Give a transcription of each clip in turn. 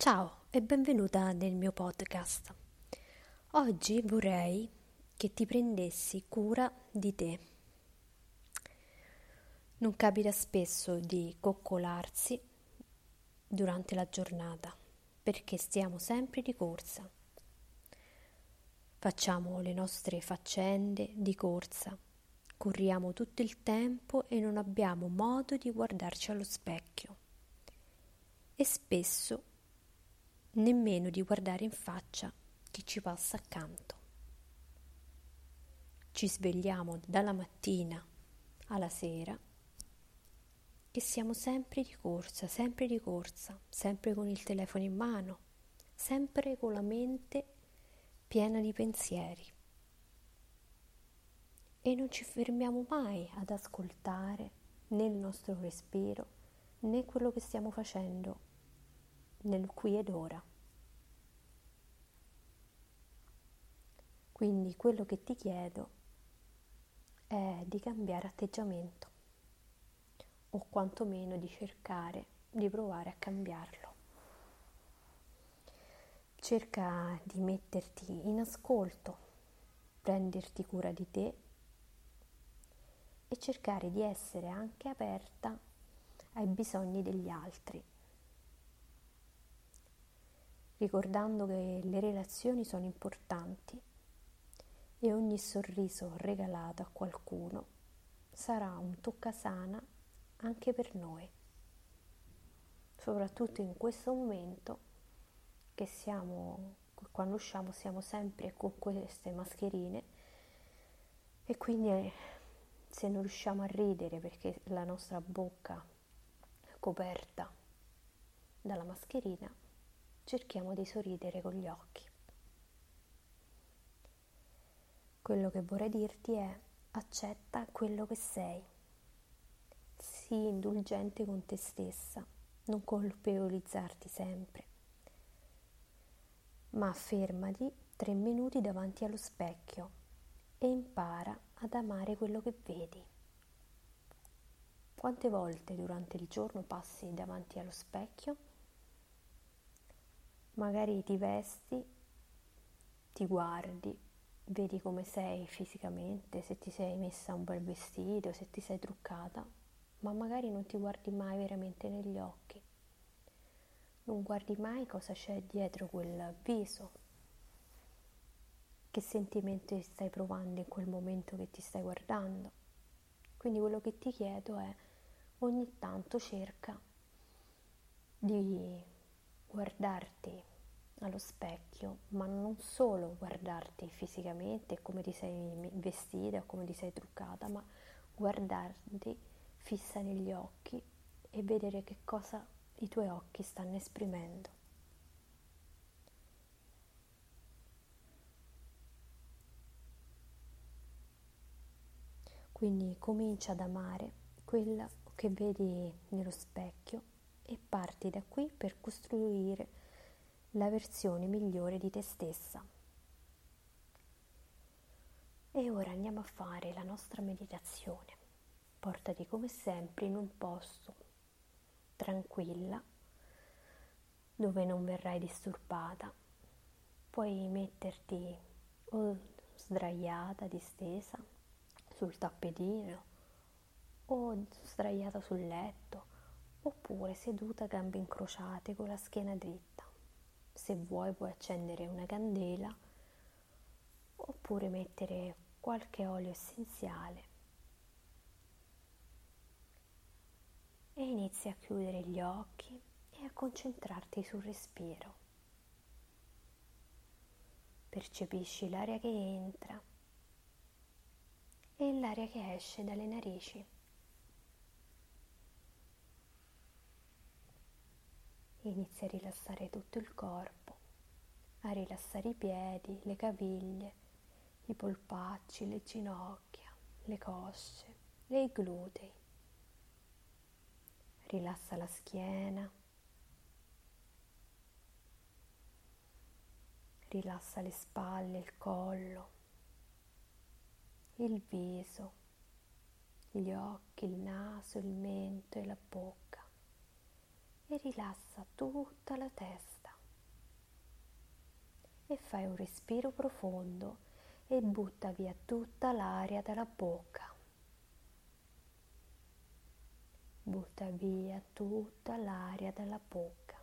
Ciao e benvenuta nel mio podcast. Oggi vorrei che ti prendessi cura di te. Non capita spesso di coccolarsi durante la giornata perché stiamo sempre di corsa. Facciamo le nostre faccende di corsa, corriamo tutto il tempo e non abbiamo modo di guardarci allo specchio. E spesso nemmeno di guardare in faccia chi ci passa accanto. Ci svegliamo dalla mattina alla sera e siamo sempre di corsa, sempre con il telefono in mano, sempre con la mente piena di pensieri. E non ci fermiamo mai ad ascoltare né il nostro respiro né quello che stiamo facendo nel qui ed ora. Quindi quello che ti chiedo è di cambiare atteggiamento o quantomeno di cercare di provare a cambiarlo. Cerca di metterti in ascolto, prenderti cura di te e cercare di essere anche aperta ai bisogni degli altri, ricordando che le relazioni sono importanti e ogni sorriso regalato a qualcuno sarà un toccasana anche per noi, soprattutto in questo momento che quando usciamo siamo sempre con queste mascherine e quindi se non riusciamo a ridere perché la nostra bocca è coperta dalla mascherina, cerchiamo di sorridere con gli occhi. Quello che vorrei dirti è: accetta quello che sei, sii indulgente con te stessa, non colpevolizzarti sempre, ma fermati 3 minuti davanti allo specchio e impara ad amare quello che vedi. Quante volte durante il giorno passi davanti allo specchio? Magari ti vesti, ti guardi, vedi come sei fisicamente, se ti sei messa un bel vestito, se ti sei truccata, ma magari non ti guardi mai veramente negli occhi. Non guardi mai cosa c'è dietro quel viso. Che sentimenti stai provando in quel momento che ti stai guardando. Quindi quello che ti chiedo è: ogni tanto cerca di guardarti allo specchio, ma non solo guardarti fisicamente come ti sei vestita o come ti sei truccata, ma guardarti fissa negli occhi e vedere che cosa i tuoi occhi stanno esprimendo. Quindi comincia ad amare quella che vedi nello specchio e parti da qui per costruire la versione migliore di te stessa. E ora andiamo a fare la nostra meditazione. Portati come sempre in un posto tranquilla dove non verrai disturbata. Puoi metterti o sdraiata, distesa sul tappetino o sdraiata sul letto oppure seduta a gambe incrociate con la schiena dritta. Se vuoi puoi accendere una candela oppure mettere qualche olio essenziale e inizi a chiudere gli occhi e a concentrarti sul respiro. Percepisci l'aria che entra e l'aria che esce dalle narici. Inizi a rilassare tutto il corpo, a rilassare i piedi, le caviglie, i polpacci, le ginocchia, le cosce e i glutei. Rilassa la schiena, rilassa le spalle, il collo, il viso, gli occhi, il naso, il mento e la bocca e rilassa tutta la testa. e fai un respiro profondo e butta via tutta l'aria dalla bocca. Butta via tutta l'aria dalla bocca.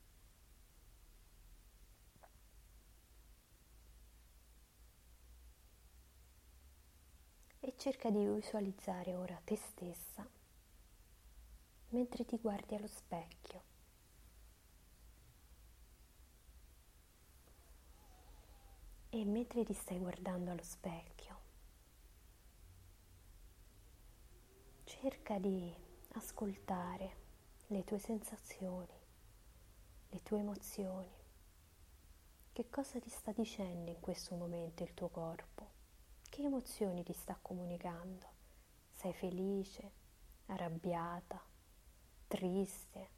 E cerca di visualizzare ora te stessa mentre ti guardi allo specchio. E mentre ti stai guardando allo specchio, cerca di ascoltare le tue sensazioni, le tue emozioni. Che cosa ti sta dicendo in questo momento il tuo corpo? Che emozioni ti sta comunicando? Sei felice, arrabbiata, triste,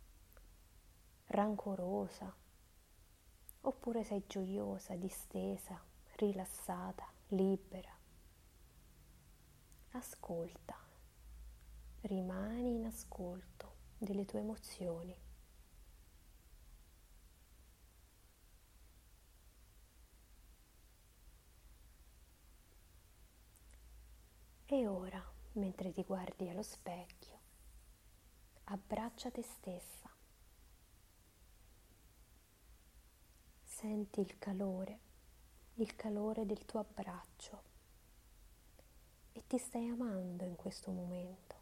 rancorosa? Oppure sei gioiosa, distesa, rilassata, libera? Ascolta, rimani in ascolto delle tue emozioni. E ora, mentre ti guardi allo specchio, abbraccia te stessa. Senti il calore del tuo abbraccio e ti stai amando in questo momento.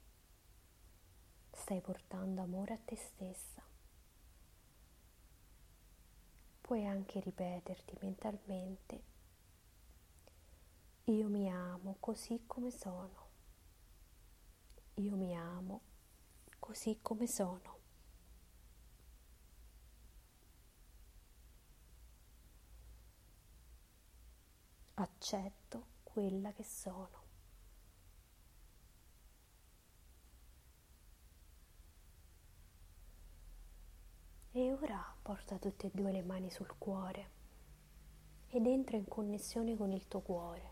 Stai portando amore a te stessa. Puoi anche ripeterti mentalmente: io mi amo così come sono. Io mi amo così come sono. Accetto quella che sono. E ora porta tutte e due le mani sul cuore ed entra in connessione con il tuo cuore.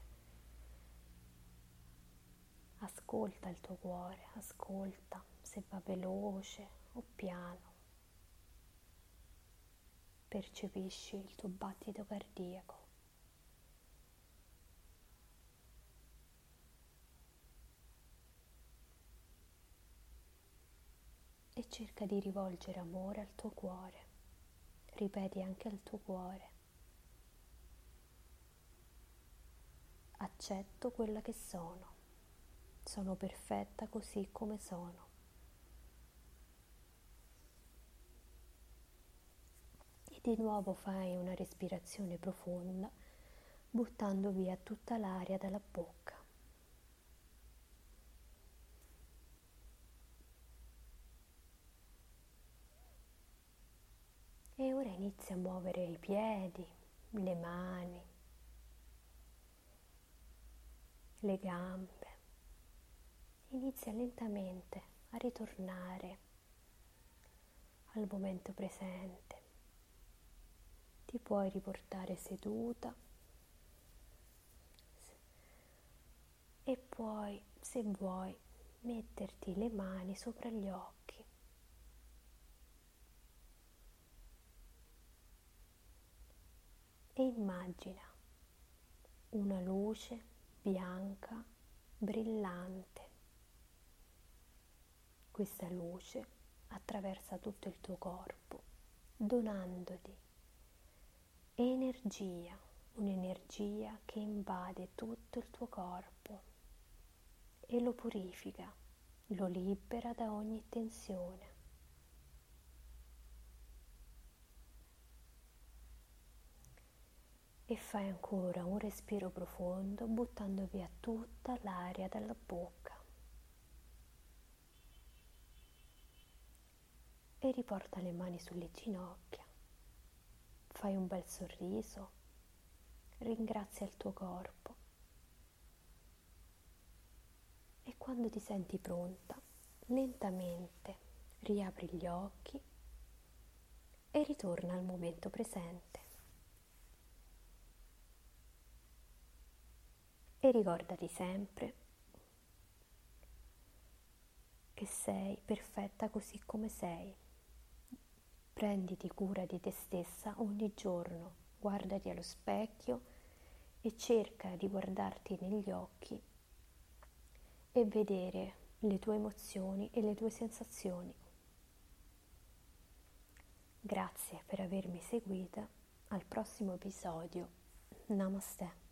Ascolta il tuo cuore, ascolta se va veloce o piano. Percepisci il tuo battito cardiaco. E cerca di rivolgere amore al tuo cuore. Ripeti anche al tuo cuore: accetto quella che sono. Sono perfetta così come sono. E di nuovo fai una respirazione profonda, buttando via tutta l'aria dalla bocca. E ora inizia a muovere i piedi, le mani, le gambe. Inizia lentamente a ritornare al momento presente. Ti puoi riportare seduta e puoi, se vuoi, metterti le mani sopra gli occhi. E immagina una luce bianca, brillante. Questa luce attraversa tutto il tuo corpo, donandoti energia, un'energia che invade tutto il tuo corpo e lo purifica, lo libera da ogni tensione. E fai ancora un respiro profondo, buttando via tutta l'aria dalla bocca. E riporta le mani sulle ginocchia. Fai un bel sorriso, ringrazia il tuo corpo. E quando ti senti pronta, lentamente riapri gli occhi e ritorna al momento presente. E ricordati sempre che sei perfetta così come sei. Prenditi cura di te stessa ogni giorno, guardati allo specchio e cerca di guardarti negli occhi e vedere le tue emozioni e le tue sensazioni. Grazie per avermi seguita. Al prossimo episodio. Namaste.